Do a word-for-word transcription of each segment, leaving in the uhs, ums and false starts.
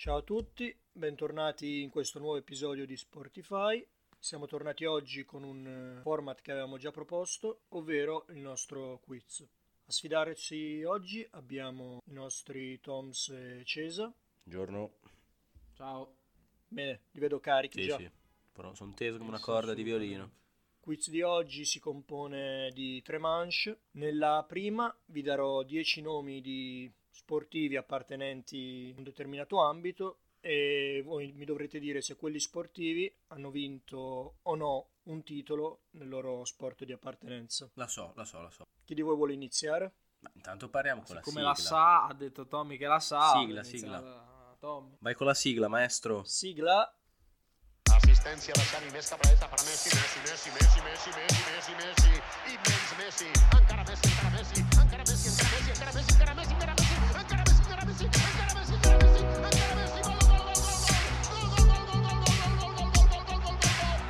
Ciao a tutti, bentornati in questo nuovo episodio di Sportify. Siamo tornati oggi con un format che avevamo già proposto, ovvero il nostro quiz. A sfidarci oggi abbiamo i nostri Toms e Cesa. Buongiorno. Ciao. Bene, li vedo carichi Sì, già. sì, però sono teso come una Sì, corda di assolutamente. violino. Il quiz di oggi si compone di tre manche. Nella prima vi darò dieci nomi di sportivi appartenenti a un determinato ambito e voi mi dovrete dire se quelli sportivi hanno vinto o no un titolo nel loro sport di appartenenza. La so, la so, la so. Chi di voi vuole iniziare? Ma intanto parliamo con la Siccome sigla. la sa, ha detto Tommy che la sa. Sigla, inizia sigla. da Tommy. Vai con la sigla, maestro. Sigla. Asistencia da Xavi, més cap a dreta per a Messi, Messi, Messi, Messi, Messi, Messi, Messi, Messi, immens Messi, encara Messi, encara Messi, encara Messi, encara Messi, encara Messi, encara Messi, encara Messi, encara Messi, encara Messi, encara Messi, encara Messi, encara Messi, gol, gol, gol, gol, gol, gol, gol, gol, gol, gol, gol, gol, gol, gol, gol, gol,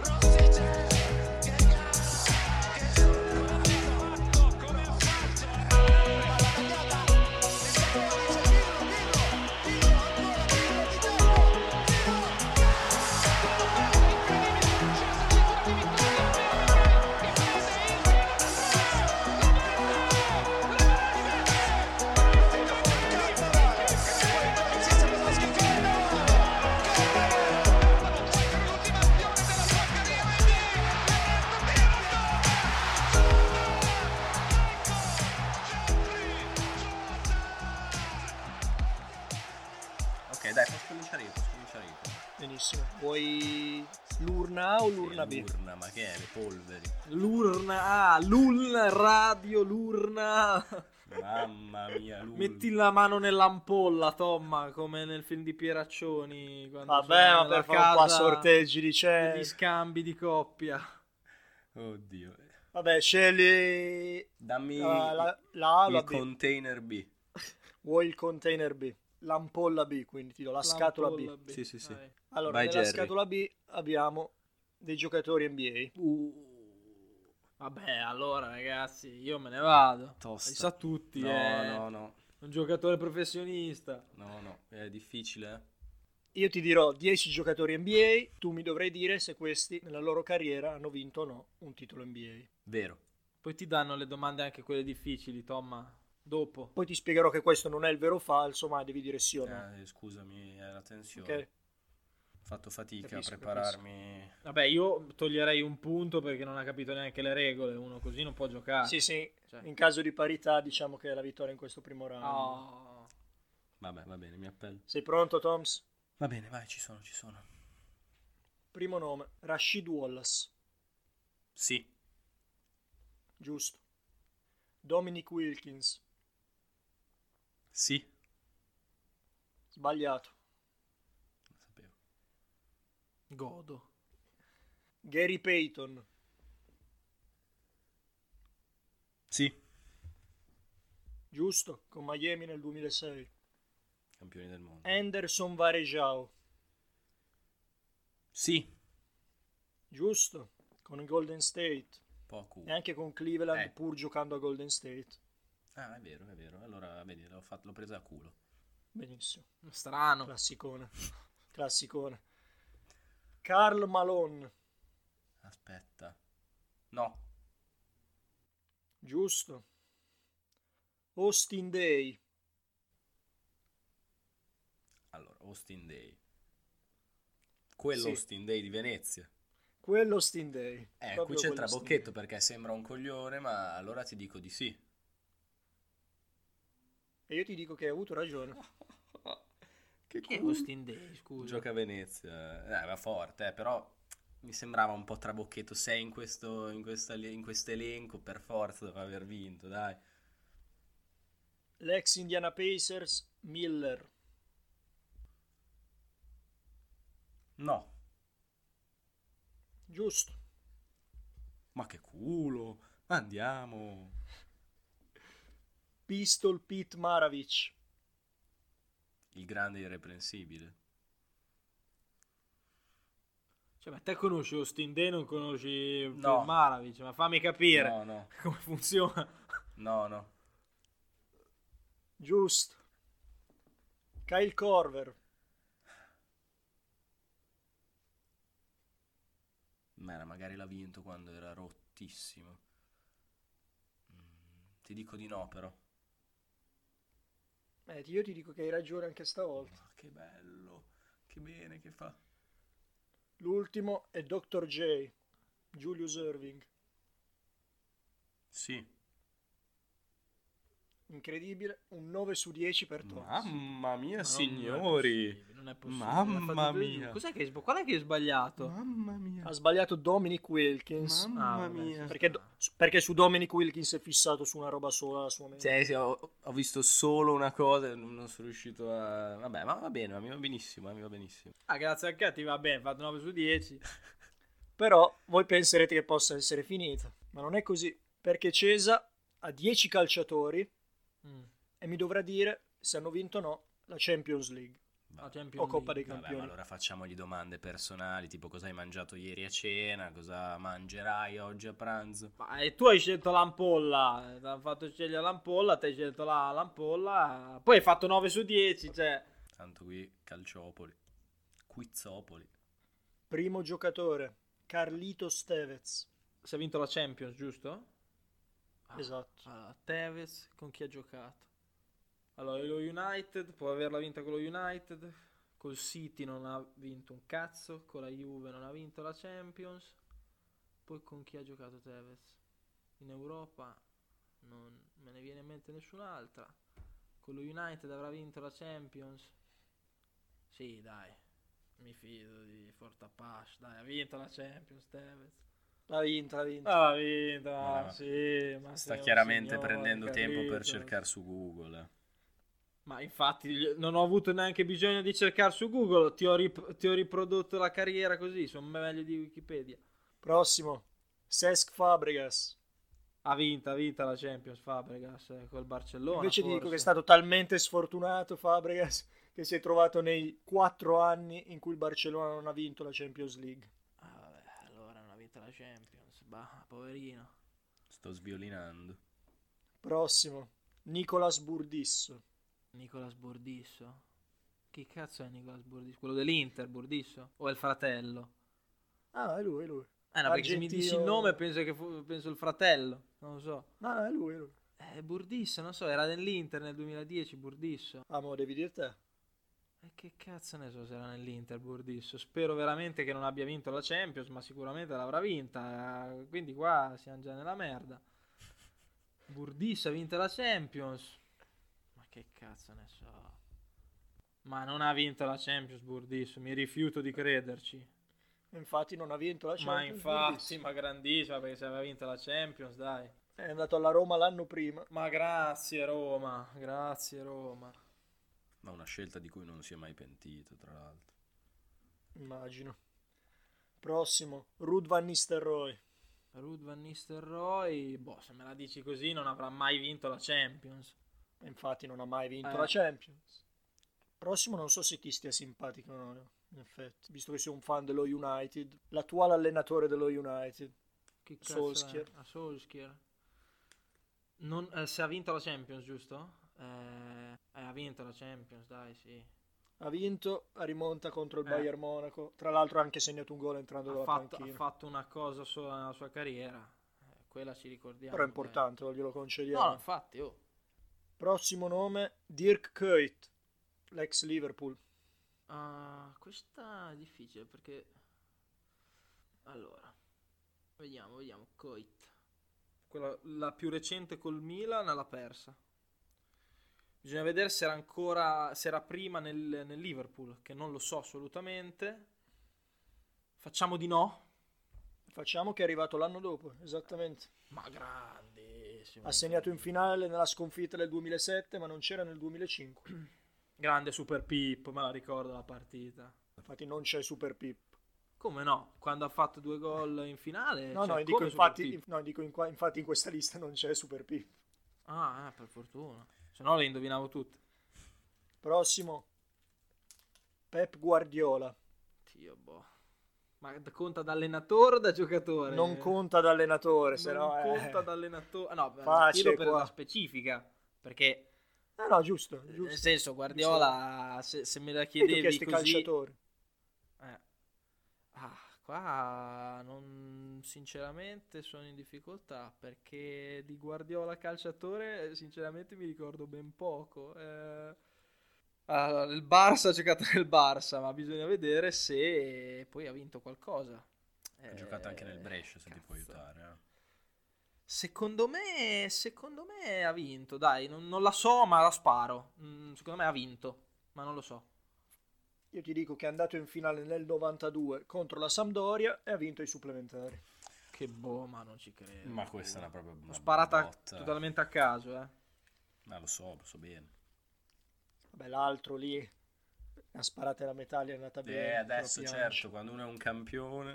Ok, dai, posso cominciare io, posso cominciare io. Benissimo. Vuoi l'urna A o l'urna B? L'urna, ma che è? Le polveri. L'urna, ah, l'urna, radio, l'urna. Mamma mia, l'urna. Metti la mano nell'ampolla, Tomma, come nel film di Pieraccioni. quando Vabbè, sono ma nella per fare qua casa sorteggi di degli c'è. scambi di coppia. Oddio. Vabbè, scegli Dammi la, la, la A o la il B. container B. Vuoi il container B? L'ampolla B, quindi ti do la scatola B. L'ampolla Sì, sì, sì. Vai. Allora, Vai, nella Jerry. scatola B abbiamo dei giocatori N B A. Uh. Vabbè, allora ragazzi, io me ne vado. Tosta. Li sa tutti, No, eh. no, no. Un giocatore professionista. No, no, è difficile, eh. Io ti dirò dieci giocatori N B A, tu mi dovrai dire se questi nella loro carriera hanno vinto o no un titolo N B A. Vero. Poi ti danno le domande anche quelle difficili, Tomma. Dopo. Poi ti spiegherò che questo non è il vero o falso, ma devi dire sì o no. Eh, scusami, è la tensione. Ok? Ho fatto fatica Capisco, a prepararmi. Vabbè, io toglierei un punto perché non ha capito neanche le regole. Uno così non può giocare. Sì, sì. Cioè. In caso di parità, diciamo che è la vittoria in questo primo round. Oh. Vabbè, va bene, mi appello. Sei pronto, Toms? Va bene, vai, ci sono, ci sono. Primo nome, Rashid Wallace. Sì. Giusto. Dominic Wilkins. Sì. Sbagliato. Lo sapevo. Godo. Gary Payton. Sì. Giusto, con Miami nel duemilasei. Campioni del mondo. Anderson Varejao. Sì. Giusto, con il Golden State. Poco. E anche con Cleveland, Eh. pur giocando a Golden State. Ah, è vero, è vero. Allora, vedi, l'ho, fatto, l'ho presa a culo. Benissimo. Strano. Classicone. Classicone. Karl Malone. Aspetta. No. Giusto. Austin Day. Allora, Austin Day. Quello Sì. Austin Day di Venezia. Quello Austin Day. Eh, Proprio qui c'è il quello trabocchetto Austin perché sembra un coglione, ma allora ti dico di sì. Day. E io ti dico che hai avuto ragione. Che è Austin Day, scusa? Gioca a Venezia. Eh, va forte, eh, però mi sembrava un po' trabocchetto. Sei in questo in questa, in questo elenco, per forza deve aver vinto, dai. L'ex Indiana Pacers, Miller. No. Giusto. Ma che culo. Andiamo. Pistol Pete Maravich. Il grande irreprensibile. Cioè, ma te conosci Austin Day, non conosci No. Maravich, ma fammi capire No, no. come funziona. No, no. Giusto. Kyle Korver. Ma magari l'ha vinto quando era rottissimo. Mm, ti dico di no, però. Eh, io ti dico che hai ragione anche stavolta. Oh, che bello, che bene che fa. L'ultimo è doctor J, Julius Erving. Sì. Incredibile, un nove su dieci per Thomas. Mamma mia, Ma signori. Non è possibile, Mamma l'ha fatto due- mia. Cos'è che, qual è che hai sbagliato? Mamma mia. Ha sbagliato Dominic Wilkins. Mamma Ah, vabbè, mia. sì. Perché, do- perché su Dominic Wilkins è fissato su una roba sola la sua mente. Sì, sì, ho, ho visto solo una cosa e non non sono riuscito a... Vabbè, ma va bene, ma mi va benissimo, eh, mi va benissimo. Ah, grazie a te ti va bene, fatto nove su dieci. Però voi penserete che possa essere finita. Ma non è così. Perché Cesa ha dieci calciatori Mm. e mi dovrà dire se hanno vinto o no la Champions League La Champions o Coppa dei League. Vabbè, ma Campioni. allora facciamogli domande personali, tipo cosa hai mangiato ieri a cena, cosa mangerai oggi a pranzo. Ma e tu hai scelto l'ampolla, ti hanno fatto scegliere l'ampolla, ti hai scelto la, l'ampolla, poi hai fatto nove su dieci, cioè... Tanto qui Calciopoli, Quizzopoli. Primo giocatore, Carlitos Tevez. Si è vinto la Champions, giusto? Ah, Esatto. Allora, Tevez con chi ha giocato? Allora, lo United, può averla vinta con lo United, col City non ha vinto un cazzo, con la Juve non ha vinto la Champions, poi con chi ha giocato Tevez? In Europa non me ne viene in mente nessun'altra, con lo United avrà vinto la Champions? Sì, dai, mi fido di Fortapash, dai, ha vinto la Champions Tevez. L'ha vinta, l'ha vinta. Ah, l'ha vinta, Vabbè, ma sì, ma Sta sei un chiaramente signore, prendendo tempo per Carlitos. cercare su Google. eh. Ma infatti gli- non ho avuto neanche bisogno di cercare su Google, ti ho, rip- ti ho riprodotto la carriera così, sono meglio di Wikipedia. Prossimo, Cesc Fabregas. Ha vinto, ha vinto la Champions Fabregas eh, col Barcellona. Invece ti dico forse. che è stato talmente sfortunato Fabregas che si è trovato nei quattro anni in cui il Barcellona non ha vinto la Champions League. Ah, vabbè, allora non ha vinto la Champions, bah, poverino. Sto sviolinando. Prossimo, Nicolas Burdisso. Nicolas Burdisso. Chi cazzo è Nicolas Burdisso? Quello dell'Inter, Burdisso? O è il fratello? Ah, è lui, è lui. Eh no, perché se mi Argentino. dici il nome penso che fu- penso il fratello, non lo so. No, no, è lui, è lui. Eh, Burdisso, non so, era nell'Inter nel duemiladieci, Burdisso. Ah, mo devi dire te. E che cazzo ne so se era nell'Inter Burdisso. Spero veramente che non abbia vinto la Champions, ma sicuramente l'avrà vinta. eh, Quindi qua siamo già nella merda. Burdisso ha vinto la Champions. Ma che cazzo ne so. Ma non ha vinto la Champions Burdisso, mi rifiuto di crederci. Infatti non ha vinto la Ma Champions. infatti, Burdisso. ma grandissima, perché se aveva vinto la Champions, dai. È andato alla Roma l'anno prima. Ma grazie Roma, grazie Roma. Ma una scelta di cui non si è mai pentito, tra l'altro. Immagino. Prossimo, Ruud van Nistelrooy. Ruud van Nistelrooy, boh, se me la dici così non avrà mai vinto la Champions. Infatti non ha mai vinto Eh. la Champions. Prossimo non so se ti stia simpatico o no, in effetti, visto che sei un fan dello United, l'attuale allenatore dello United. Che cazzo Solskjaer. è? A Solskjaer. Non, eh, se ha vinto la Champions, giusto? Eh, eh, ha vinto la Champions, dai, sì. Ha vinto a rimonta contro il Eh. Bayern Monaco, tra l'altro ha anche segnato un gol entrando Ha dalla fatto, ha panchina. fatto una cosa sola nella sua carriera. Eh, quella ci ricordiamo. Però è bene. importante, glielo concediamo. No, no, infatti, oh. Prossimo nome, Dirk Kuyt, l'ex Liverpool. Ah, questa è difficile perché... Allora, vediamo, vediamo. Coit. Quella, la più recente col Milan l'ha persa. Bisogna vedere se era ancora, se era prima nel, nel Liverpool, che non lo so assolutamente. Facciamo di no. Facciamo che è arrivato l'anno dopo, esattamente. Ma grandissimo. Ha segnato in finale nella sconfitta del duemilasette, ma non c'era nel duemilacinque. Grande Super Pip, me la ricordo la partita. Infatti non c'è Super Pip. Come no? Quando ha fatto due gol in finale? No, cioè, no, dico come Super infatti, Pip? no, dico in qua- infatti in questa lista non c'è Super Pip. Ah, eh, per fortuna. Se no le indovinavo tutte. Prossimo, Pep Guardiola. Dio, boh. Ma d- conta da allenatore o da giocatore? Non conta da allenatore, se Non no è... conta da allenatore. Ah, no, beh, Facile chiedo per qua. la specifica. Perché, Ah no, giusto, nel giusto. senso, Guardiola, se, se me la Io ti ho chiedevi chiesto i così... calciatori. Eh. Ah, qua non, sinceramente sono in difficoltà, perché di Guardiola calciatore sinceramente mi ricordo ben poco. Eh, ah, il Barça ha giocato nel Barça, ma bisogna vedere se poi ha vinto qualcosa. Ha Eh, giocato anche nel Brescia, se ti può cazzo. aiutare. Eh. Secondo me, secondo me ha vinto, dai, non, non la so, ma la sparo. Mm, secondo me ha vinto, ma non lo so. Io ti dico che è andato in finale nel novantadue contro la Sampdoria e ha vinto i supplementari. Che boh, ma non ci credo. Ma questa è una proprio L'ho una sparata botta. totalmente a caso, eh. Ma lo so, lo so bene. Vabbè, l'altro lì ha sparato la metà, gli è andata bene. Eh, adesso troppi certo, anci. quando uno è un campione,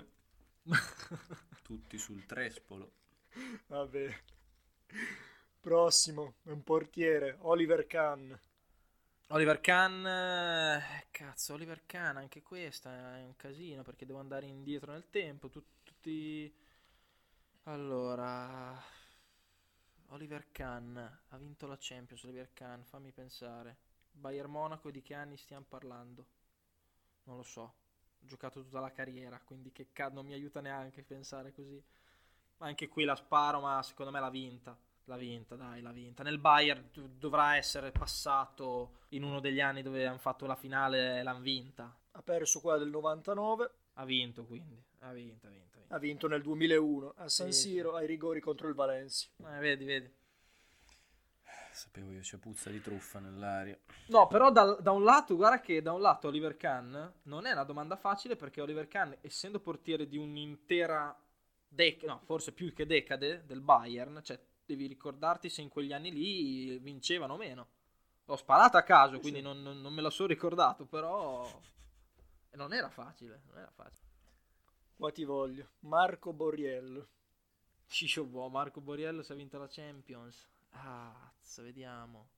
tutti sul trespolo. Vabbè. Prossimo, è un portiere, Oliver Kahn. Oliver Kahn, eh, cazzo, Oliver Kahn, anche questa è un casino perché devo andare indietro nel tempo. Tut- tutti. Allora, Oliver Kahn ha vinto la Champions. Oliver Kahn, fammi pensare. Bayern Monaco, di che anni stiamo parlando? Non lo so. Ho giocato tutta la carriera, quindi che cazzo, non mi aiuta neanche a pensare così. Anche qui la sparo, ma secondo me l'ha vinta. L'ha vinta, dai, l'ha vinta. Nel Bayern dov- dovrà essere passato in uno degli anni dove hanno fatto la finale e l'hanno vinta. Ha perso quella del novantanove, Ha vinto, quindi. Ha vinto, ha vinto, ha vinto. ha vinto nel duemilauno a San Sì, Siro ai rigori contro il Valencia. Eh, vedi, vedi. Sapevo io, c'è puzza di truffa nell'aria. No, però da, da un lato, guarda che da un lato Oliver Kahn non è una domanda facile, perché Oliver Kahn, essendo portiere di un'intera decade, no, forse più che decade del Bayern, cioè devi ricordarti se in quegli anni lì vincevano o meno. L'ho sparata a caso, Sì, quindi sì. non, non- non me la sono ricordato, però non era facile, non era facile. Qua ti voglio. Marco Borriello. Sciscio boh, Marco Borriello si è vinto la Champions. Ah, cazzo, vediamo.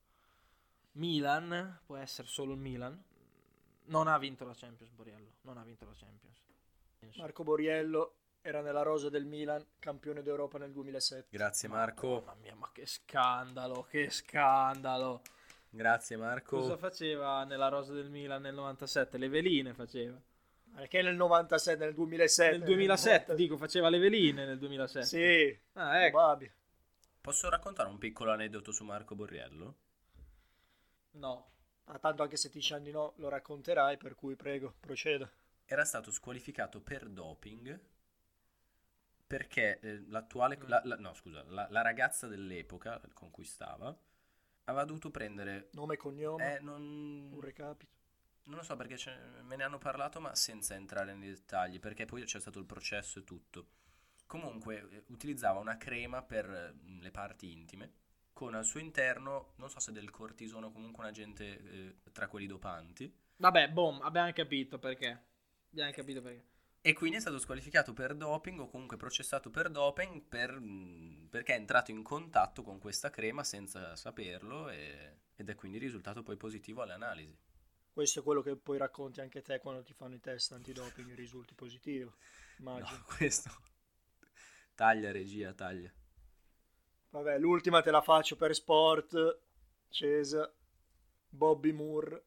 Milan, può essere solo il Milan. Non ha vinto la Champions Borriello, non ha vinto la Champions. Marco Borriello era nella rosa del Milan, campione d'Europa nel duemilasette. Grazie Marco. Mamma mia, ma che scandalo, che scandalo. Grazie Marco. Cosa faceva nella rosa del Milan nel novantasette? Le veline faceva. Perché nel novantasette, nel duemilasette. Nel duemilasette, nel dico, faceva le veline nel duemilasette. Sì, Ah, ecco. probabile. Posso raccontare un piccolo aneddoto su Marco Borriello? No. Ah, tanto anche se ti dici anni no, lo racconterai, per cui prego, proceda. Era stato squalificato per doping perché eh, l'attuale la, la- no scusa la, la ragazza dell'epoca con cui stava aveva dovuto prendere Nome e cognome, eh, non, un recapito. non lo so perché ce- me ne hanno parlato ma senza entrare nei dettagli perché poi c'è stato il processo e tutto. Comunque eh, utilizzava una crema per eh, le parti intime con al suo interno non so se del cortisone o comunque un agente eh, tra quelli dopanti. Vabbè, boom, abbiamo capito perché. Abbiamo capito perché. E quindi è stato squalificato per doping o comunque processato per doping per, mh, perché è entrato in contatto con questa crema senza saperlo e- ed è quindi risultato poi positivo alle analisi. Questo è quello che poi racconti anche te quando ti fanno i test antidoping e risulti positivo, immagino. No, questo... Taglia regia, taglia. Vabbè, l'ultima te la faccio per sport. Cesa, Bobby Moore.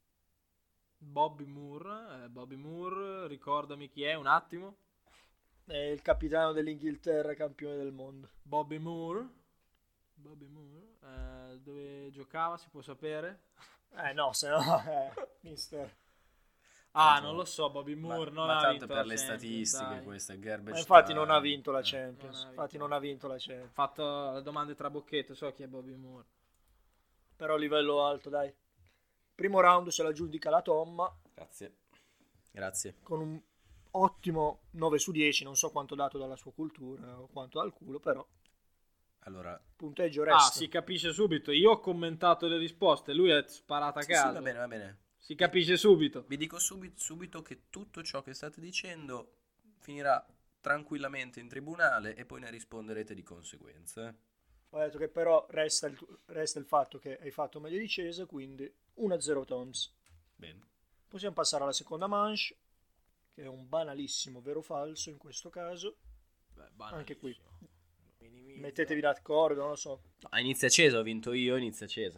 Bobby Moore, eh, Bobby Moore, ricordami chi è un attimo. È il capitano dell'Inghilterra, campione del mondo. Bobby Moore. Bobby Moore, eh, dove giocava si può sapere? Eh no, se no, eh, mister. Ah, Tanto- non lo so, Bobby Moore ma, non ma ha tanto vinto per la le Champions, statistiche dai. queste garbage Ma infatti time. non ha vinto la Eh. Champions. Non ha Infatti vinto. non ha vinto la Champions. Ho fatto le domande trabocchetto, so chi è Bobby Moore. Però a livello alto, dai. Primo round se la giudica la Tomma Grazie. Grazie. con un ottimo nove su dieci, non so quanto dato dalla sua cultura o quanto dal culo, però Allora, punteggio Ah, resta. si capisce subito. Io ho commentato le risposte, lui è sparato a sì, sì, caso. va bene, va bene. Si capisce subito. Vi dico subito, subito che tutto ciò che state dicendo finirà tranquillamente in tribunale e poi ne risponderete di conseguenza. eh. Ho detto che però resta il, resta il fatto che hai fatto meglio di Cesa, quindi uno a zero Toms. Bene. Possiamo passare alla seconda manche, che è un banalissimo vero o falso in questo caso. Beh, Anche qui. Minimizza. Mettetevi d'accordo, non lo so. No, inizia Cesa, ho vinto io, inizia Cesa.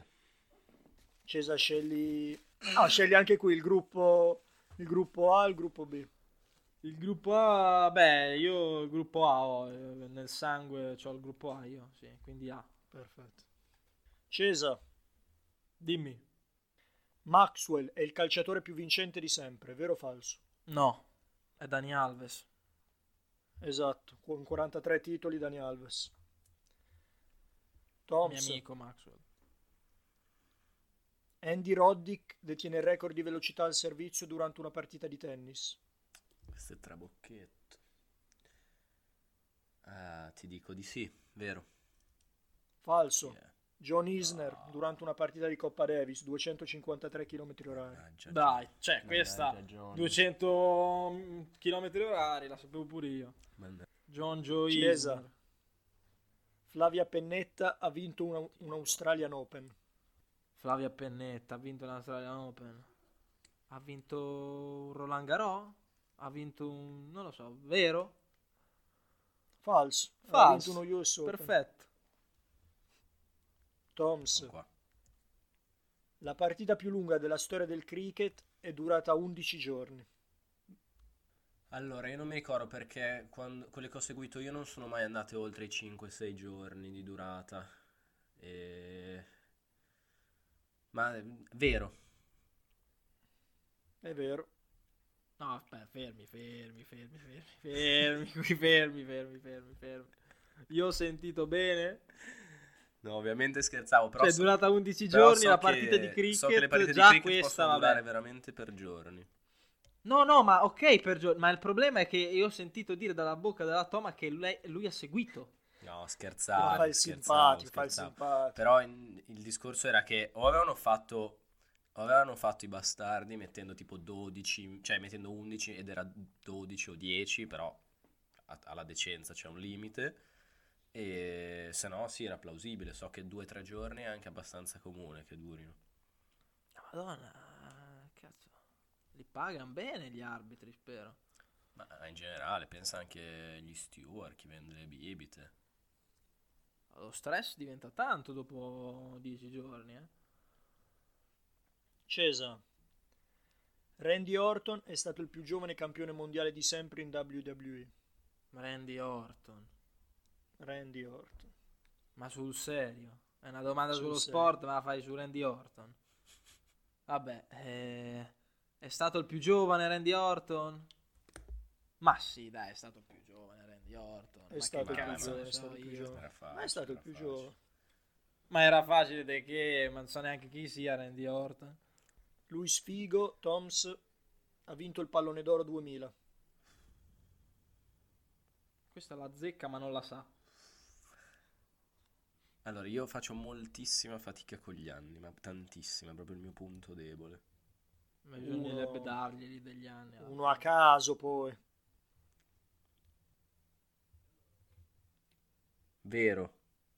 Cesa scegli... Ah, scegli anche qui il gruppo, il gruppo A e il gruppo B. Il gruppo A, beh, io il gruppo A ho, eh, nel sangue c'ho il gruppo A io, sì, quindi A. Perfetto. Cesa, Dimmi. Maxwell è il calciatore più vincente di sempre, vero o falso? No, è Dani Alves. Esatto, con quarantatré titoli Dani Alves. Mio Thompson, amico Maxwell. Andy Roddick detiene il record di velocità al servizio durante una partita di tennis. Questo è trabocchetto. Ah, ti dico di sì, vero. Falso. Yeah. John Isner durante una partita di Coppa Davis, duecentocinquantatré chilometri orari. Mannaggia, Dai, John. cioè, questa Mannaggia, John. duecento chilometri orari, la sapevo pure io. Mannaggia. John Joe Chiesa. Isner. Flavia Pennetta ha vinto una- un Australian Open. Flavia Pennetta ha vinto l'Australian Open. Ha vinto un Roland Garros? Ha vinto un... non lo so, vero? Falso. Ha Falso. vinto uno U S Open. Perfetto. Toms, Sono qua. la partita più lunga della storia del cricket è durata undici giorni. Allora, io non mi ricordo perché quando, quelle che ho seguito io non sono mai andate oltre i cinque sei giorni di durata. E... Ma è vero. È vero. No, aspetta, fermi, fermi, fermi, fermi, fermi, qui, fermi, fermi, fermi, fermi. Io ho sentito bene. No, ovviamente scherzavo, però Cioè, è so- durata undici però giorni so la che- partita di cricket, so che le partite già di cricket questa, possono vabbè. durare veramente per giorni. No, no, ma ok per giorni, ma il problema è che io ho sentito dire dalla bocca della Toma che lei- lui ha seguito. No, scherzavo, Ma fa il scherzavo, simpatico, fa il scherzavo. simpatico. Però in- il discorso era che o avevano fatto o avevano fatto i bastardi mettendo tipo dodici, cioè mettendo undici ed era dodici o dieci, però a- alla decenza c'è un limite. E se no sì, era plausibile. So che due o tre giorni è anche abbastanza comune che durino. Madonna, cazzo. Li pagano bene gli arbitri, spero. Ma in generale, pensa anche agli steward, chi vende le bibite. Lo stress diventa tanto dopo dieci giorni, eh. Cesa. Randy Orton è stato il più giovane campione mondiale di sempre in W W E. Randy Orton. Randy Orton. Ma sul serio? È una domanda Sul sullo serio. sport, ma la fai su Randy Orton? Vabbè, eh, è stato il più giovane Randy Orton? Ma sì, dai, è stato il più giovane Randy Orton. È Ma stato che il più cazzo giovane, ne è so stato il più io? giovane. Era facile, Ma è stato il era più facile. giovane. Ma era facile di che, ma non so neanche chi sia Randy Orton. Luis Figo, Toms, ha vinto il pallone d'oro duemila. Questa la zecca ma non la sa. Allora, io faccio moltissima fatica con gli anni, ma tantissima, è proprio il mio punto debole. Ma bisognerebbe Uno- darglieli degli anni. ah. Uno a caso poi. Vero.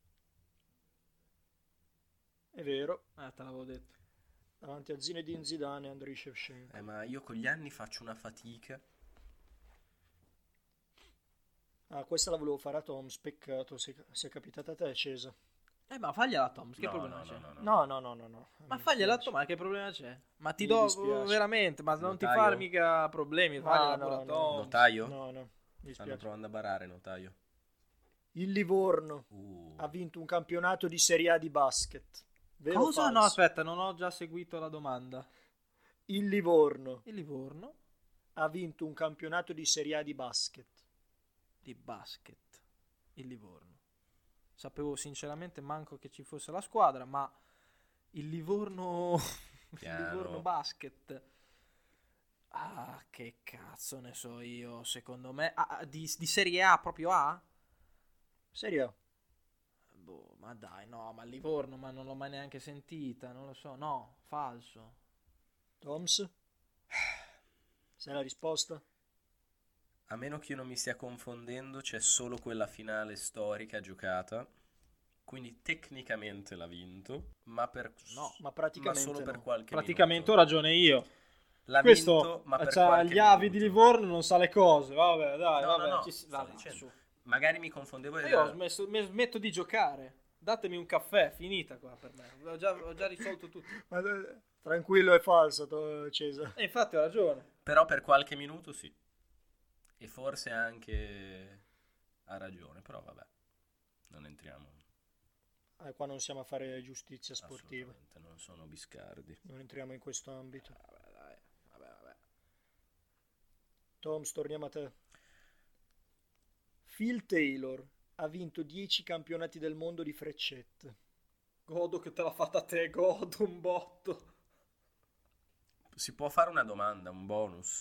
È vero. Eh, te l'avevo detto. Davanti a Zinedine Zidane e Andriy Shevchenko. Eh, ma io con gli anni faccio una fatica. Ah, questa la volevo fare a Toms, peccato, se, se è capitata a te, Cesa. Eh, ma fagliela a Tom, che No, problema no, c'è? no, no, no. No, no, no, no, no. Ma Mi fagliela a dispiace. Tom, ma che problema c'è? Ma ti Mi do dispiace. veramente, ma non ti Notaio? fare mica problemi, fagliela no, pure a no, Tom. Notaio? No, no, mi Stanno dispiace. provando a barare, notaio. Il Livorno Uh. ha vinto un campionato di Serie A di basket. Vero o Cosa? falso? No, aspetta, non ho già seguito la domanda. Il Livorno Il Livorno ha vinto un campionato di Serie A di basket. di basket. Il Livorno. Sapevo sinceramente manco che ci fosse la squadra, ma il Livorno il Piano. Livorno basket. Ah, che cazzo ne so io, secondo me ah, di, di Serie A proprio A? Serie A. Boh, ma dai, no, ma il Livorno, ma non l'ho mai neanche sentita, non lo so, no, falso. Toms? Sai la risposta? A meno che io non mi stia confondendo, c'è solo quella finale storica giocata. Quindi tecnicamente l'ha vinto, ma per No, Ma praticamente ma solo per no. qualche Praticamente ho minuto. ragione io. L'ha Questo vinto, ma per c'ha qualche gli avi di minuto. Livorno, non sa le cose. Vabbè, dai, No, no, vabbè, no, ci si- stavo vabbè, dicendo. su. Magari mi confondevo ed Io ho era- smesso, mi smetto di giocare. Datemi un caffè, finita qua per me. Ho già, ho già risolto tutto. Ma, eh, tranquillo, è falso, to- Cesa. E infatti ho ragione. Però per qualche minuto sì. E forse anche ha ragione, però vabbè, non entriamo. Eh, qua non siamo a fare giustizia sportiva. Assolutamente, non sono Biscardi. Non entriamo in questo ambito. Vabbè, dai. Vabbè, vabbè. Toms, torniamo a te. Phil Taylor ha vinto dieci campionati del mondo di freccette. Godo che te l'ha fatta a te, godo un botto. Si può fare una domanda, un bonus?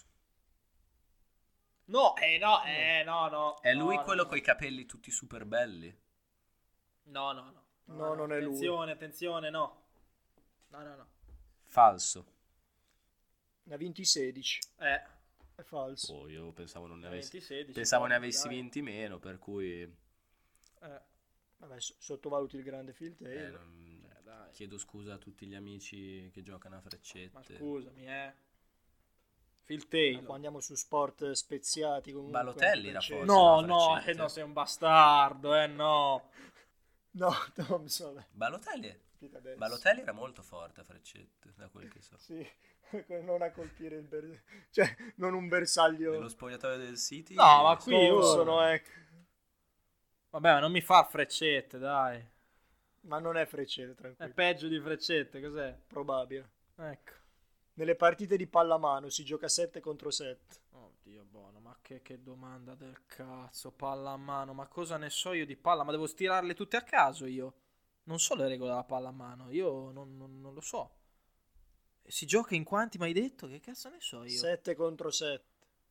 No, eh no, eh no, no. È lui no, quello no, coi capelli tutti super belli? No, no, no. No, non è lui. Attenzione, attenzione, no. No, no, no. Falso. Ne ha vinti sedici. Eh, È falso. Oh, io pensavo non ne avessi, venti sedici. pensavo ne dai. avessi vinti meno, per cui Eh, Vabbè, so- sottovaluti il grande Phil eh, Taylor. non- cioè, dai. chiedo scusa a tutti gli amici che giocano a Ma freccette. scusami, eh. Phil Ma Taylor. qua andiamo su sport speziati comunque. Balotelli era freccette. forse. No, la no, freccetta. eh, no, sei un bastardo, eh, no. No, Toms, vabbè. Balotelli, Capita adesso. Balotelli era molto forte a freccette, da quel che so. Sì, non a colpire il ber... cioè, non un bersaglio. Nello spogliatoio del City. No, ma qui io- Sono, ecco. Vabbè, ma non mi fa freccette, dai. Ma non è freccette, È tranquillo. peggio di freccette, cos'è? Probabile. Ecco. Nelle partite di pallamano si gioca sette contro sette. Oddio, buono, ma che, che domanda del cazzo, palla a mano, ma cosa ne so io di palla? Ma devo stirarle tutte a caso io? Non so le regole della palla a mano, io non, non- non lo so. E si gioca in quanti, mi hai detto? Che cazzo ne so io? sette contro sette.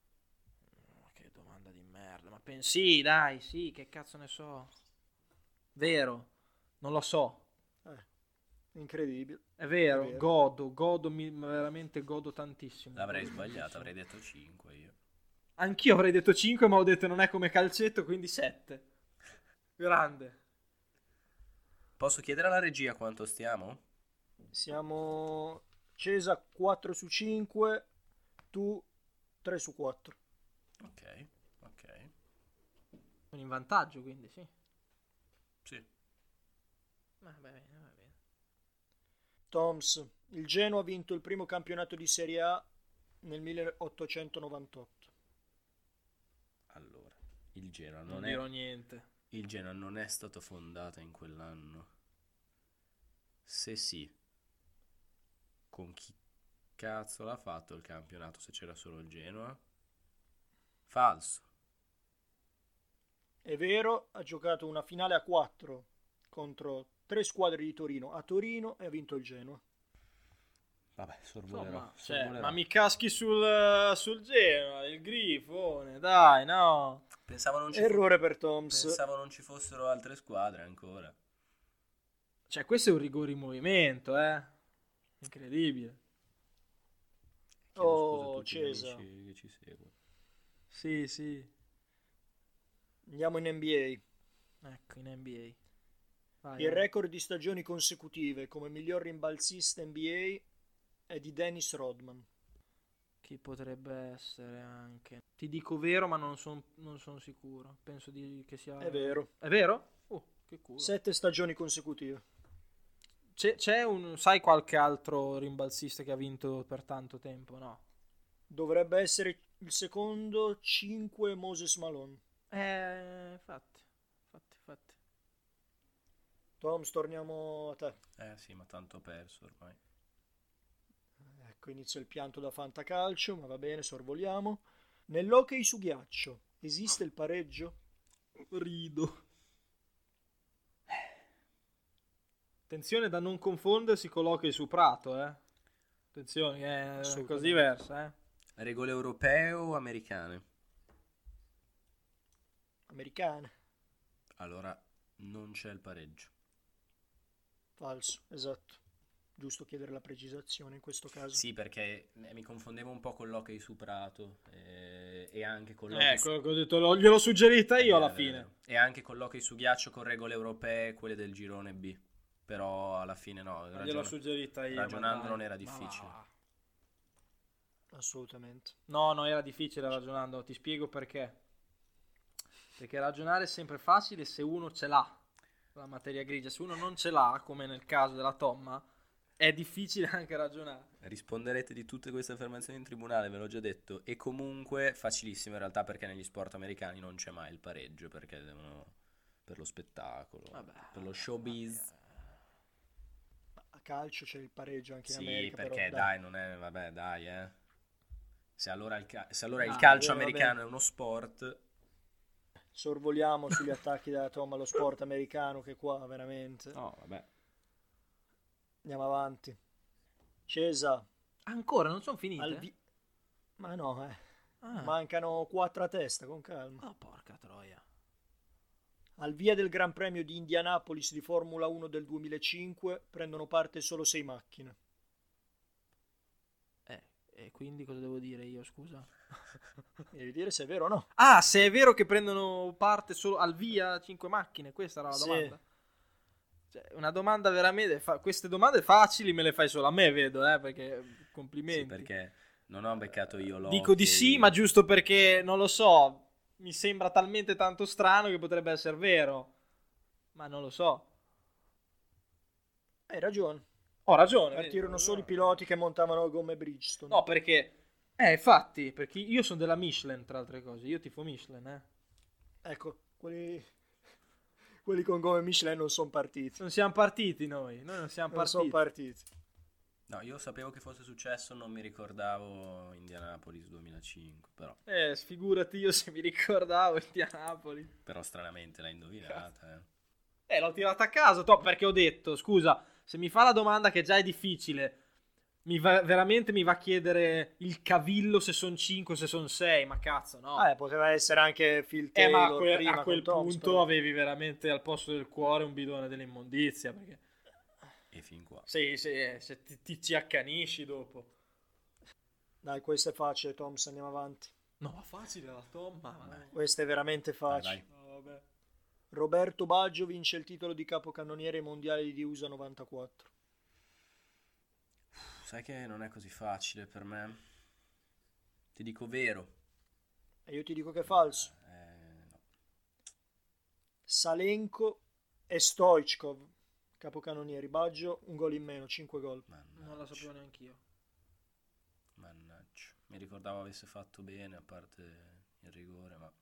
Ma che domanda di merda, ma pensi, dai, sì, che cazzo ne so? Vero, non lo so. Eh, incredibile. È vero, È vero. godo, godo, mi- veramente godo tantissimo. L'avrei Godo sbagliato, tantissimo. avrei detto cinque io. Anch'io avrei detto cinque, ma ho detto non è come calcetto, quindi sette. Grande. Posso chiedere alla regia quanto stiamo? Siamo Cesa quattro su cinque, tu tre su quattro. Ok, ok. Sono in vantaggio, quindi sì. Sì. Va bene, va bene. Toms, il Genoa ha vinto il primo campionato di Serie A nel milleottocentonovantotto. Allora, il Genoa Non, non dirò è niente. il Genoa non è stato fondato in quell'anno. Se sì, con chi cazzo l'ha fatto il campionato se c'era solo il Genoa? Falso. È vero, ha giocato una finale a quattro contro tre squadre di Torino a Torino e ha vinto il Genoa. Vabbè, sorvolerò. Insomma, cioè, sorvolerò. ma mi caschi sul, sul Genoa, il grifone, dai, no. Pensavo non ci, Errore per Toms. pensavo non ci fossero altre squadre ancora. Cioè, questo è un rigore in movimento, eh. Incredibile. Chiedo Oh, scusa a tutti gli Cesa. amici che ci seguono. Sì, sì. Andiamo in N B A. Ecco, in N B A. Vai, Il vai. record di stagioni consecutive come miglior rimbalzista N B A è di Dennis Rodman. Chi potrebbe essere anche? Ti dico vero, ma non sono non son sicuro. Penso di, che sia... È vero. È vero? Oh, che culo. Sette stagioni consecutive. C'è, c'è un... Sai qualche altro rimbalzista che ha vinto per tanto tempo? No. Dovrebbe essere il secondo, cinque Moses Malone. Eh, infatti. Infatti, infatti. Toms, torniamo a te. Eh sì, ma tanto ho perso ormai. Ecco, inizia il pianto da fantacalcio, ma va bene, sorvoliamo. Nell'hockey su ghiaccio esiste il pareggio? Rido. Attenzione da non confondersi con l'hockey su prato, eh. Attenzione, è Assolutamente. così diversa, eh. Regole europee o americane? Americane. Allora non c'è il pareggio. Falso, esatto. Giusto chiedere la precisazione in questo caso. Sì, perché eh, mi confondevo un po' con l'hockey su prato eh, e anche con l'hockey Eh, su... quello che ho detto, lo- gliel'ho suggerita io Eh, alla eh, fine. E anche con l'hockey su ghiaccio con regole europee, quelle del girone B. Però alla fine no, Gliel'ho ragion- suggerita io. ragionando ma dai. non era Ma difficile. va. Assolutamente. No, no, era difficile ragionando, ti spiego perché. Perché ragionare è sempre facile se uno ce l'ha la materia grigia, se uno non ce l'ha, come nel caso della Tomma, è difficile anche ragionare. Risponderete di tutte queste affermazioni in tribunale, ve l'ho già detto. E comunque facilissimo in realtà, perché negli sport americani non c'è mai il pareggio, perché devono per lo spettacolo, Vabbè, per lo showbiz. A calcio c'è il pareggio anche in Sì, America. perché però, dai, non è, vabbè, dai, eh. Se allora il, ca- se allora il Dai, calcio vabbè, americano è uno sport, Sorvoliamo sugli attacchi da Tom allo sport americano, che qua veramente. no, vabbè. Andiamo avanti. Cesa. Ancora non sono finite? Al vi- Ma no, eh. Ah. Mancano quattro a testa, con calma. Oh, porca troia. Al via del Gran Premio di Indianapolis di Formula uno del duemilacinque prendono parte solo sei macchine. Eh, e quindi cosa devo dire io, scusa? Devi dire se è vero o no. Ah, se è vero che prendono parte solo al via cinque macchine, questa era la Sì. domanda. Cioè, una domanda veramente fa- queste domande facili me le fai solo a me, vedo, eh, perché complimenti. Sì, perché non ho beccato io l'ho. Dico di sì, ma giusto perché non lo so, mi sembra talmente tanto strano che potrebbe essere vero. Ma non lo so. Hai ragione. Ho ragione. Partirono vedi, solo i ho ragione. piloti che montavano gomme Bridgestone. No, perché eh, infatti, perché io sono della Michelin, tra altre cose. Io tifo Michelin, eh. Ecco, quelli, quelli con gomme Michelin non sono partiti. Non siamo partiti noi, noi non siamo Non sono partiti. partiti. No, io sapevo che fosse successo, non mi ricordavo Indianapolis duemilacinque, però, Eh, sfigurati io se mi ricordavo Indianapolis. però stranamente l'hai indovinata, eh. Eh, l'ho tirata a caso, to, perché ho detto, scusa, se mi fa la domanda che già è difficile, mi va, veramente mi va a chiedere il cavillo se sono cinque, se sono sei, ma cazzo, no. Eh, poteva essere anche Phil Eh, Taylor ma a quel, prima a quel con Thomas, punto però. avevi veramente al posto del cuore un bidone dell'immondizia, perché E fin qua. sì, sì, eh, se ti, ti ci accanisci dopo. Dai, questo è facile, Thomas, andiamo avanti. No, ma facile la Tom, ma Dai. Questo è veramente facile. Vai, no, vabbè. Roberto Baggio vince il titolo di capocannoniere ai mondiali di U S A novantaquattro. Sai che non è così facile per me? Ti dico vero. E io ti dico che è falso. Eh, no. Salenko e Stoichkov, capocannonieri. Baggio, un gol in meno, cinque gol. Mannaggia. Non la sapevo neanche io. Mannaggia. Mi ricordavo avesse fatto bene, a parte il rigore, ma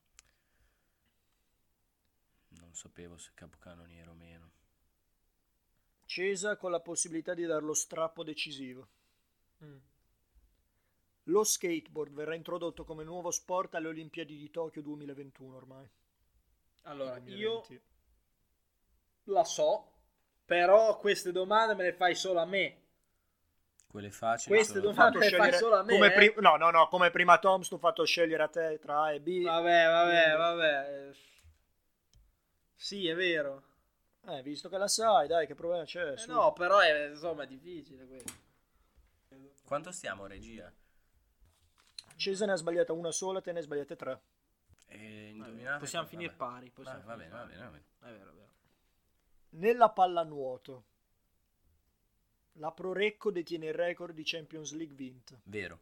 non sapevo se capocannoniere o meno. Cesa con la possibilità di dar lo strappo decisivo. Mm. Lo skateboard verrà introdotto come nuovo sport alle Olimpiadi di Tokyo duemilaventuno ormai. Allora, io duemilaventi. la so, però queste domande me le fai solo a me. Quelle facili Queste sono- domande le fai Scegliere- solo a me. come eh. pri- no, no, no, come prima Toms ti ho fatto scegliere a te tra A e B. Vabbè, vabbè, vabbè. Sì, è vero. Eh, visto che la sai, dai, che problema c'è? Eh su. no, però è, insomma, è difficile questo. Quanto stiamo, regia? Cesa ne ha sbagliata una sola, te ne hai sbagliate tre. E indovinate? Possiamo Vabbè. finire pari. Possiamo Va, va finire bene, va pari. bene, va bene. È vero, è vero. Nella pallanuoto, la Prorecco detiene il record di Champions League vinta. Vero.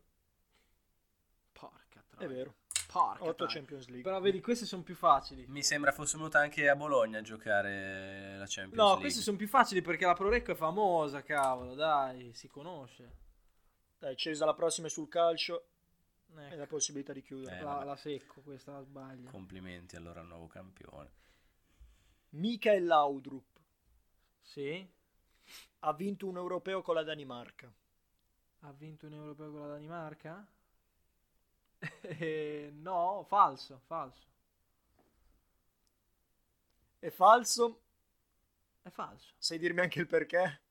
Porca troia. È vero, Porca otto troia. Champions League. Però vedi, queste sono più facili. Mi sembra fosse venuta anche a Bologna a giocare la Champions No, League. queste sono più facili perché la Prorecco è famosa, cavolo, dai, si conosce. Dai, Cesa la prossima è sul calcio e Ecco, la possibilità di chiudere. Eh, la, vabbè. la secco, questa la sbaglia. Complimenti allora al nuovo campione. Michael Laudrup Sì, ha vinto un europeo con la Danimarca. ha vinto un europeo con la Danimarca? Eh, no, falso, falso. È falso? È falso. Sai dirmi anche il perché?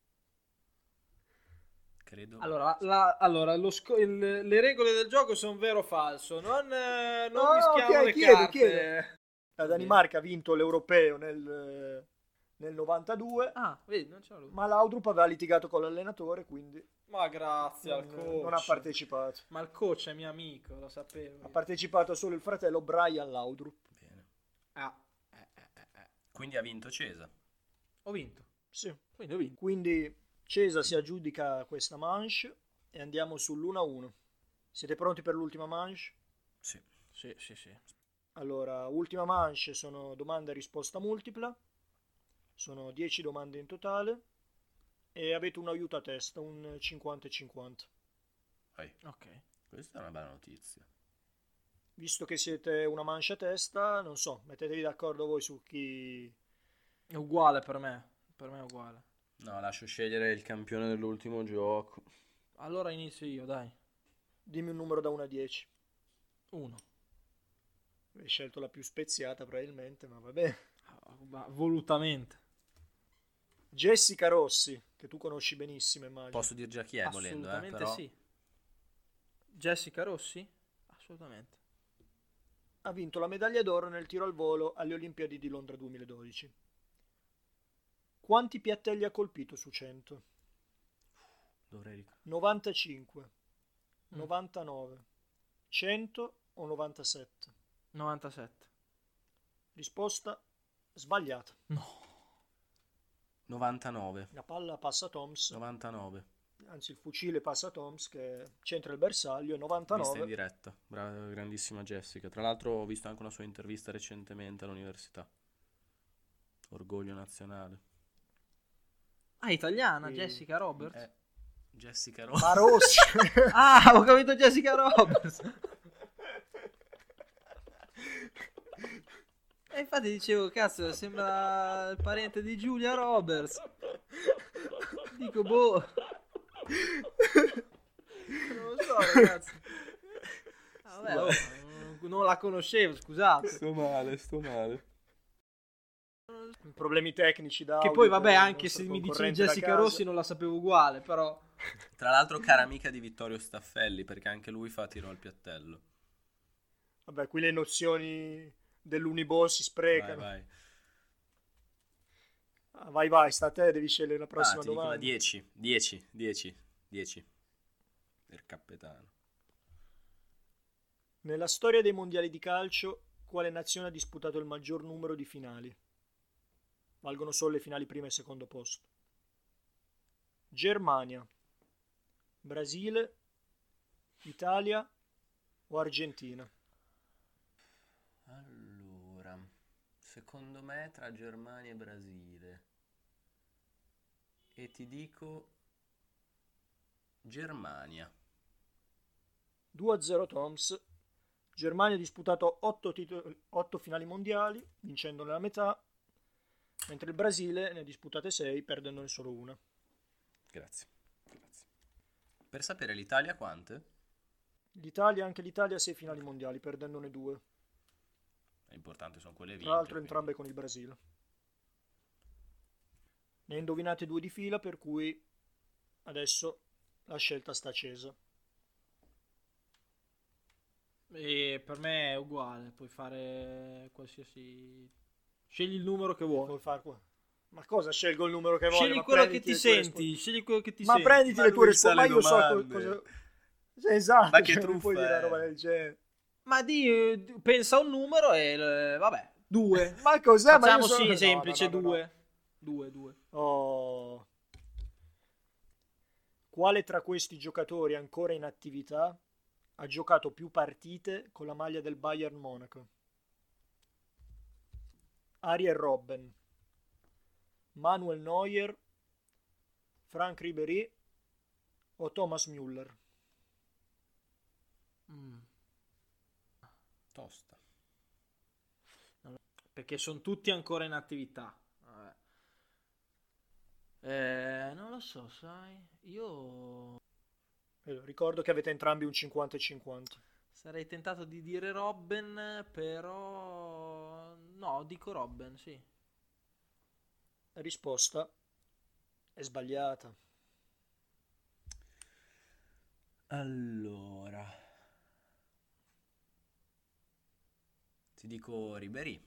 Credo. Allora, la- allora lo sco- il- le regole del gioco sono vero o falso. Non, eh, non No, mischiamo ok, le chiedo, carte. chiedo. La Danimarca ha vinto l'europeo nel, nel novantadue, Ah, vedi, non c'era lui. ma Laudrup aveva litigato con l'allenatore, quindi Ma grazie al non, coach. non ha partecipato. Ma il coach è mio amico, lo sapevo. Ha partecipato solo il fratello Brian Laudrup. Bene. Ah, eh, eh, eh, eh. Quindi ha vinto Cesa. Ho vinto. Sì. Quindi ho vinto. Quindi Cesa si aggiudica questa manche e andiamo sull'uno a uno. Siete pronti per l'ultima manche? Sì. Sì, sì, sì. Allora, ultima manche sono domanda e risposta multipla. Sono dieci domande in totale. e avete un aiuto a testa, un cinquanta e cinquanta. Vai. Ok. Questa è una bella notizia. Visto che siete una mancia a testa, non so, mettetevi d'accordo voi su chi... È uguale per me. Per me è uguale. No, lascio scegliere il campione dell'ultimo gioco. Allora inizio io, dai. Dimmi un numero da uno a dieci. Uno. Hai scelto la più speziata probabilmente, ma va bene. Ma volutamente. Jessica Rossi, che tu conosci benissimo, immagino. Posso dir già chi è volendo, eh, Assolutamente però... sì. Jessica Rossi? Assolutamente. Ha vinto la medaglia d'oro nel tiro al volo alle Olimpiadi di Londra duemiladodici. Quanti piattelli ha colpito su cento? Dovrei ricordare. novantacinque, Mm. novantanove, cento o novantasette? novantasette. Risposta sbagliata. No. novantanove. La palla passa a Toms, novantanove. anzi il fucile passa a Toms che centra il bersaglio, e Vista in novantanove. diretta. Bra- grandissima Jessica. Tra l'altro ho visto anche una sua intervista recentemente all'università. Orgoglio nazionale. Ah, italiana, Sì. Jessica Roberts. Eh, Jessica Rossi. Ma Rossi! Ah, ho capito Jessica Roberts. E infatti dicevo, cazzo, sembra il parente di Giulia Roberts. Dico, boh. Non lo so, ragazzi. Ah, vabbè, oh, non- non la conoscevo, scusate. Sto male, sto male. Problemi tecnici da Che audio poi, per vabbè, il anche nostro se mi dicevi concorrente da Jessica casa. Rossi non la sapevo uguale, però... Tra l'altro cara amica di Vittorio Staffelli, perché anche lui fa tiro al piattello. Vabbè, qui le nozioni dell'Uniball si sprecano. Vai, vai. Ah, vai, vai, sta a te, devi scegliere la Ah, prossima ti dico domanda. la dieci. dieci, dieci, dieci. Il capitano. Nella storia dei mondiali di calcio, quale nazione ha disputato il maggior numero di finali? Valgono solo le finali primo e secondo posto. Germania, Brasile, Italia o Argentina? Allora, secondo me tra Germania e Brasile. E ti dico Germania. due a zero Toms. Germania ha disputato otto finali mondiali, vincendone la metà, mentre il Brasile ne ha disputate sei, perdendone solo una. Grazie, grazie. Per sapere l'Italia quante? L'Italia, anche l'Italia, sei finali mondiali, perdendone due. È importante, sono quelle vinte. Tra l'altro quindi- entrambe con il Brasile. Ne ha indovinate due di fila, per cui adesso la scelta sta accesa. E per me è uguale, puoi fare qualsiasi... Scegli il numero che vuoi. Vuoi far qua? Ma cosa scelgo il numero che voglio? Scegli Ma quello che prenditi ti le tue senti, risposte. scegli quello che ti Ma senti. prenditi Ma le tue lui risposte, sa ma le io so co- domande. cosa... Sì, esatto, Ma che cioè, non truffa puoi dire una è? roba del genere. Ma di, eh, pensa a un numero e eh, vabbè, due. Ma cos'è? Ma io Facciamo sono... sì, no, semplice, no, no, no, no. due. Due, due. Oh. Quale tra questi giocatori ancora in attività ha giocato più partite con la maglia del Bayern Monaco? Arjen Robben, Manuel Neuer, Frank Ribéry o Thomas Müller? Mm. Tosta. Perché sono tutti ancora in attività. Vabbè. Eh, non lo so, sai. Io Eh, Ricordo che avete entrambi un cinquanta e cinquanta. sarei tentato di dire Robben, però... No, dico Robben, sì. La risposta è sbagliata. Allora, ti dico Ribéry.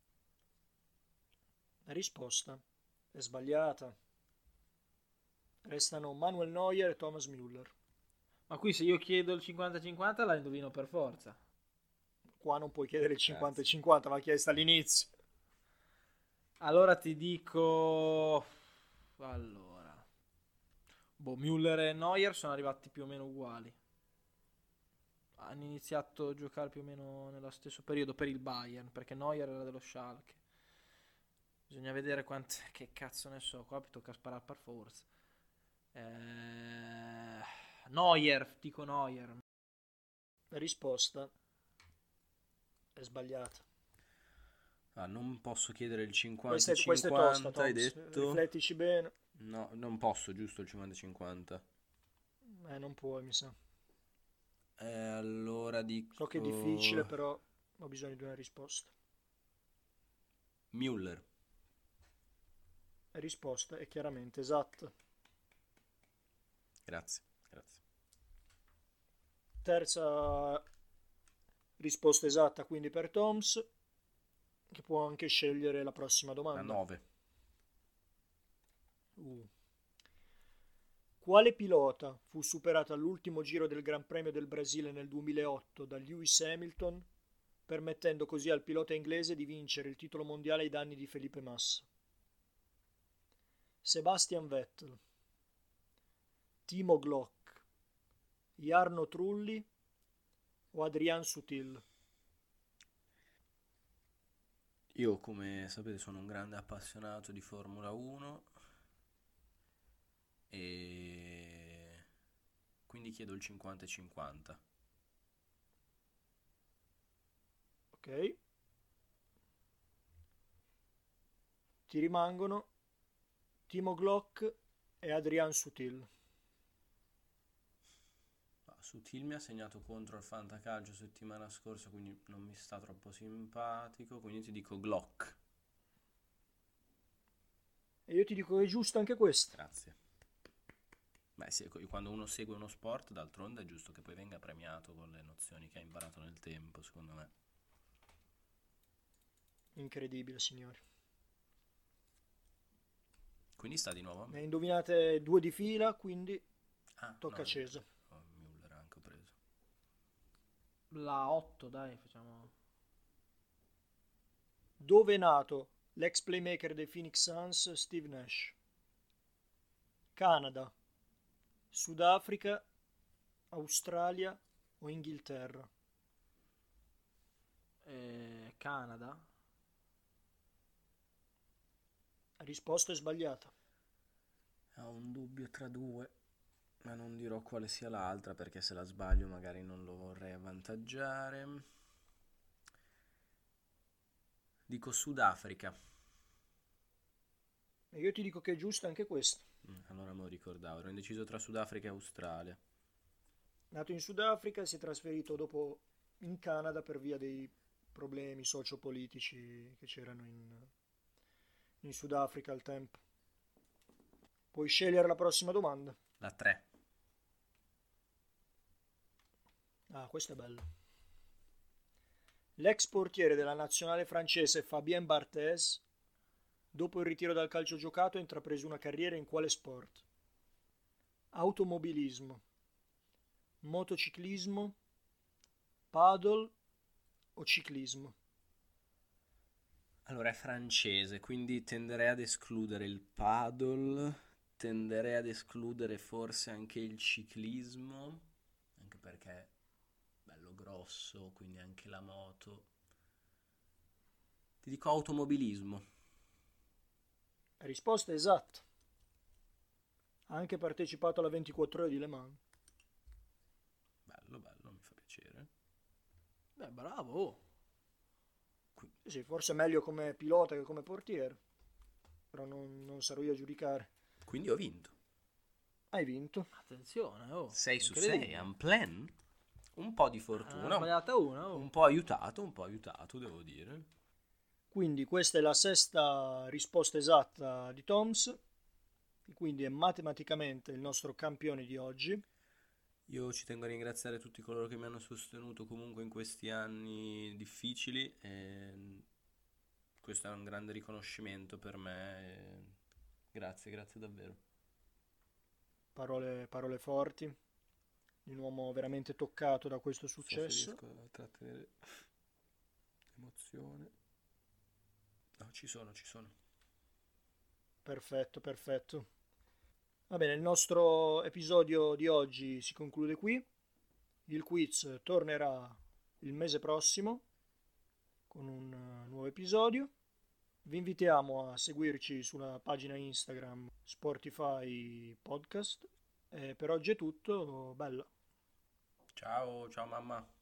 La risposta è sbagliata. Restano Manuel Neuer e Thomas Müller. Ma qui se io chiedo il cinquanta cinquanta la indovino per forza. Qua non puoi chiedere il cinquanta e cinquanta, va chiesta all'inizio. Allora ti dico... Allora... Boh, Müller e Neuer sono arrivati più o meno uguali. Hanno iniziato a giocare più o meno nello stesso periodo per il Bayern, perché Neuer era dello Schalke. Bisogna vedere quante... Che cazzo ne so, qua mi tocca sparare per forza. Eh, Neuer, dico Neuer. La risposta è sbagliata. Ah, non posso chiedere il cinquanta Questa è, questa è cinquanta, tosta, hai Thomas. detto? Riflettici bene. No, non posso, giusto il cinquanta cinquanta. Eh, non puoi, mi sa. Eh, allora dico... So che è difficile, però ho bisogno di una risposta. Müller. La risposta è chiaramente esatta. Grazie, grazie. Terza risposta esatta quindi per Toms, che può anche scegliere la prossima La domanda. nove. Uh. Quale pilota fu superato all'ultimo giro del Gran Premio del Brasile nel duemilaotto da Lewis Hamilton, permettendo così al pilota inglese di vincere il titolo mondiale ai danni di Felipe Massa? Sebastian Vettel, Timo Glock, Jarno Trulli o Adrian Sutil? Io, come sapete, sono un grande appassionato di Formula uno e quindi chiedo il cinquanta cinquanta. Ok. Ti rimangono Timo Glock e Adrian Sutil. Sutil mi ha segnato contro il Fantacalcio settimana scorsa, quindi non mi sta troppo simpatico, quindi ti dico Glock. E io ti dico che è giusta anche questa. Grazie. Beh, sì, quando uno segue uno sport, d'altronde è giusto che poi venga premiato con le nozioni che ha imparato nel tempo, secondo me. Incredibile, signori. Quindi sta di nuovo? Ne indovinate due di fila, quindi Ah, tocca no, a Cesare. oh, Müller anche ho preso. La otto, dai, facciamo. Dove è nato l'ex playmaker dei Phoenix Suns Steve Nash? Canada, Sudafrica, Australia o Inghilterra? Eh, Canada. La risposta è sbagliata. Ho un dubbio tra due, ma non dirò quale sia l'altra perché se la sbaglio magari non lo vorrei avvantaggiare. Dico Sudafrica. E io ti dico che è giusta anche questa. Mm, allora me lo ricordavo, ero indeciso tra Sudafrica e Australia. Nato in Sudafrica, si è trasferito dopo in Canada per via dei problemi sociopolitici che c'erano in, in Sudafrica al tempo. Puoi scegliere la prossima domanda. La tre. Ah, questa è bella. L'ex portiere della nazionale francese Fabien Barthez, dopo il ritiro dal calcio giocato, ha intrapreso una carriera in quale sport? Automobilismo, motociclismo, paddle o ciclismo? Allora è francese, quindi tenderei ad escludere il paddle, tenderei ad escludere forse anche il ciclismo, anche perché è bello grosso, quindi anche la moto. Ti dico automobilismo. La risposta è esatta. Ha anche partecipato alla ventiquattro ore di Le Mans. Bello, bello, mi fa piacere. Beh, bravo. Sì, forse è meglio come pilota che come portiere, però non, non sarò io a giudicare. Quindi ho vinto. Hai vinto. Attenzione, oh. sei su Incredibile. sei, un plan. Un po' di Ah, fortuna, sbagliata una, oh. un po' aiutato, un po' aiutato, devo dire. Quindi questa è la sesta risposta esatta di Toms, e quindi è matematicamente il nostro campione di oggi. Io ci tengo a ringraziare tutti coloro che mi hanno sostenuto comunque in questi anni difficili e questo è un grande riconoscimento per me e grazie, grazie davvero. Parole, parole forti, di un uomo veramente toccato da questo Non so se successo. riesco a trattenere emozione. No, ci sono, ci sono. Perfetto, perfetto. Va bene, il nostro episodio di oggi si conclude qui. Il quiz tornerà il mese prossimo con un uh, nuovo episodio. Vi invitiamo a seguirci sulla pagina Instagram Sportify Podcast. E per oggi è tutto, bella. Ciao, ciao mamma.